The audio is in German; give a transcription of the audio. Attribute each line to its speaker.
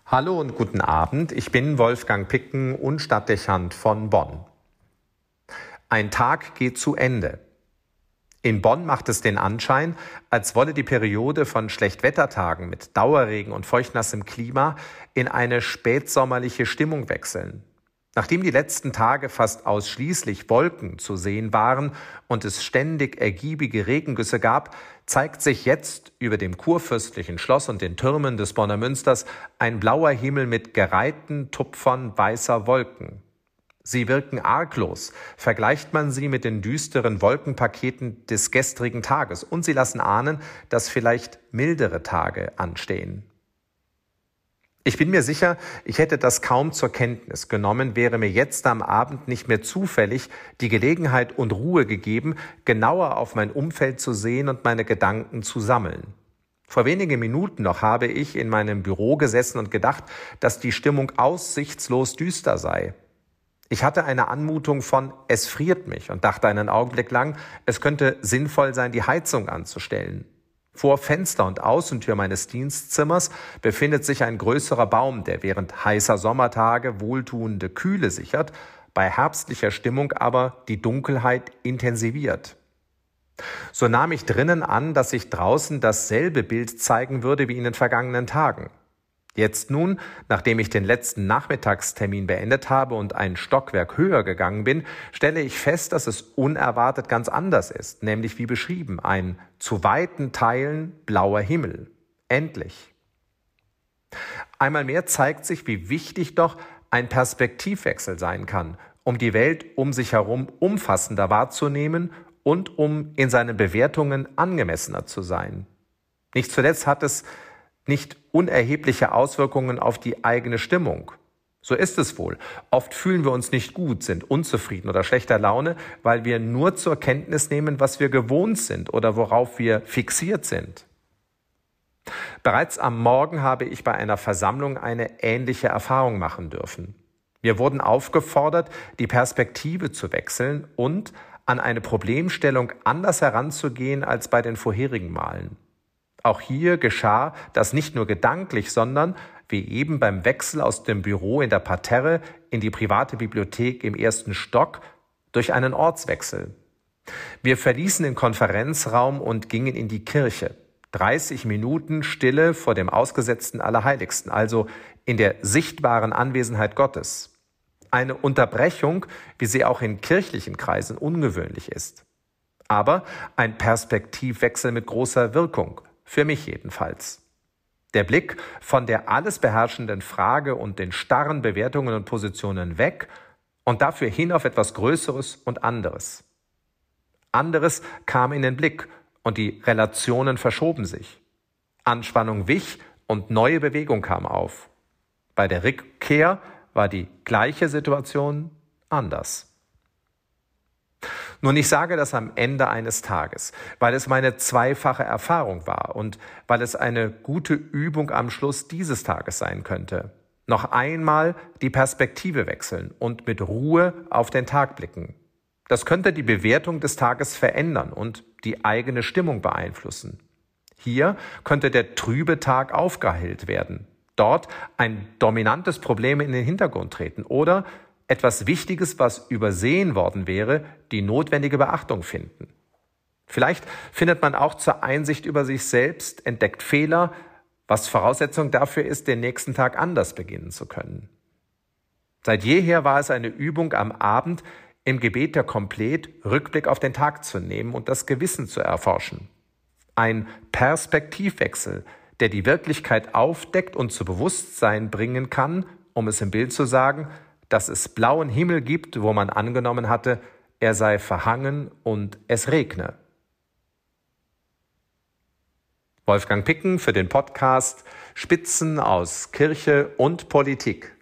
Speaker 1: Hallo und guten Abend, ich bin Wolfgang Picken und Stadtdechant von Bonn. Ein Tag geht zu Ende. In Bonn macht es den Anschein, als wolle die Periode von Schlechtwettertagen mit Dauerregen und feuchtnassem Klima in eine spätsommerliche Stimmung wechseln. Nachdem die letzten Tage fast ausschließlich Wolken zu sehen waren und es ständig ergiebige Regengüsse gab, zeigt sich jetzt über dem kurfürstlichen Schloss und den Türmen des Bonner Münsters ein blauer Himmel mit gereihten Tupfern weißer Wolken. Sie wirken arglos, vergleicht man sie mit den düsteren Wolkenpaketen des gestrigen Tages, und sie lassen ahnen, dass vielleicht mildere Tage anstehen. Ich bin mir sicher, ich hätte das kaum zur Kenntnis genommen, wäre mir jetzt am Abend nicht mehr zufällig die Gelegenheit und Ruhe gegeben, genauer auf mein Umfeld zu sehen und meine Gedanken zu sammeln. Vor wenigen Minuten noch habe ich in meinem Büro gesessen und gedacht, dass die Stimmung aussichtslos düster sei. Ich hatte eine Anmutung von „es friert mich" und dachte einen Augenblick lang, es könnte sinnvoll sein, die Heizung anzustellen. Vor Fenster und Außentür meines Dienstzimmers befindet sich ein größerer Baum, der während heißer Sommertage wohltuende Kühle sichert, bei herbstlicher Stimmung aber die Dunkelheit intensiviert. So nahm ich drinnen an, dass sich draußen dasselbe Bild zeigen würde wie in den vergangenen Tagen. Jetzt nun, nachdem ich den letzten Nachmittagstermin beendet habe und ein Stockwerk höher gegangen bin, stelle ich fest, dass es unerwartet ganz anders ist, nämlich wie beschrieben, ein zu weiten Teilen blauer Himmel. Endlich. Einmal mehr zeigt sich, wie wichtig doch ein Perspektivwechsel sein kann, um die Welt um sich herum umfassender wahrzunehmen und um in seinen Bewertungen angemessener zu sein. Nicht zuletzt hat es nicht unerhebliche Auswirkungen auf die eigene Stimmung. So ist es wohl. Oft fühlen wir uns nicht gut, sind unzufrieden oder schlechter Laune, weil wir nur zur Kenntnis nehmen, was wir gewohnt sind oder worauf wir fixiert sind. Bereits am Morgen habe ich bei einer Versammlung eine ähnliche Erfahrung machen dürfen. Wir wurden aufgefordert, die Perspektive zu wechseln und an eine Problemstellung anders heranzugehen als bei den vorherigen Malen. Auch hier geschah das nicht nur gedanklich, sondern, wie eben beim Wechsel aus dem Büro in der Parterre in die private Bibliothek im ersten Stock, durch einen Ortswechsel. Wir verließen den Konferenzraum und gingen in die Kirche. 30 Minuten Stille vor dem ausgesetzten Allerheiligsten, also in der sichtbaren Anwesenheit Gottes. Eine Unterbrechung, wie sie auch in kirchlichen Kreisen ungewöhnlich ist. Aber ein Perspektivwechsel mit großer Wirkung. Für mich jedenfalls. Der Blick von der alles beherrschenden Frage und den starren Bewertungen und Positionen weg und dafür hin auf etwas Größeres und anderes. Anderes kam in den Blick und die Relationen verschoben sich. Anspannung wich und neue Bewegung kam auf. Bei der Rückkehr war die gleiche Situation anders. Nun, ich sage das am Ende eines Tages, weil es meine zweifache Erfahrung war und weil es eine gute Übung am Schluss dieses Tages sein könnte. Noch einmal die Perspektive wechseln und mit Ruhe auf den Tag blicken. Das könnte die Bewertung des Tages verändern und die eigene Stimmung beeinflussen. Hier könnte der trübe Tag aufgehellt werden, dort ein dominantes Problem in den Hintergrund treten oder etwas Wichtiges, was übersehen worden wäre, die notwendige Beachtung finden. Vielleicht findet man auch zur Einsicht über sich selbst, entdeckt Fehler, was Voraussetzung dafür ist, den nächsten Tag anders beginnen zu können. Seit jeher war es eine Übung am Abend, im Gebet der Komplet Rückblick auf den Tag zu nehmen und das Gewissen zu erforschen. Ein Perspektivwechsel, der die Wirklichkeit aufdeckt und zu Bewusstsein bringen kann, um es im Bild zu sagen, dass es blauen Himmel gibt, wo man angenommen hatte, er sei verhangen und es regne. Wolfgang Picken für den Podcast Spitzen aus Kirche und Politik.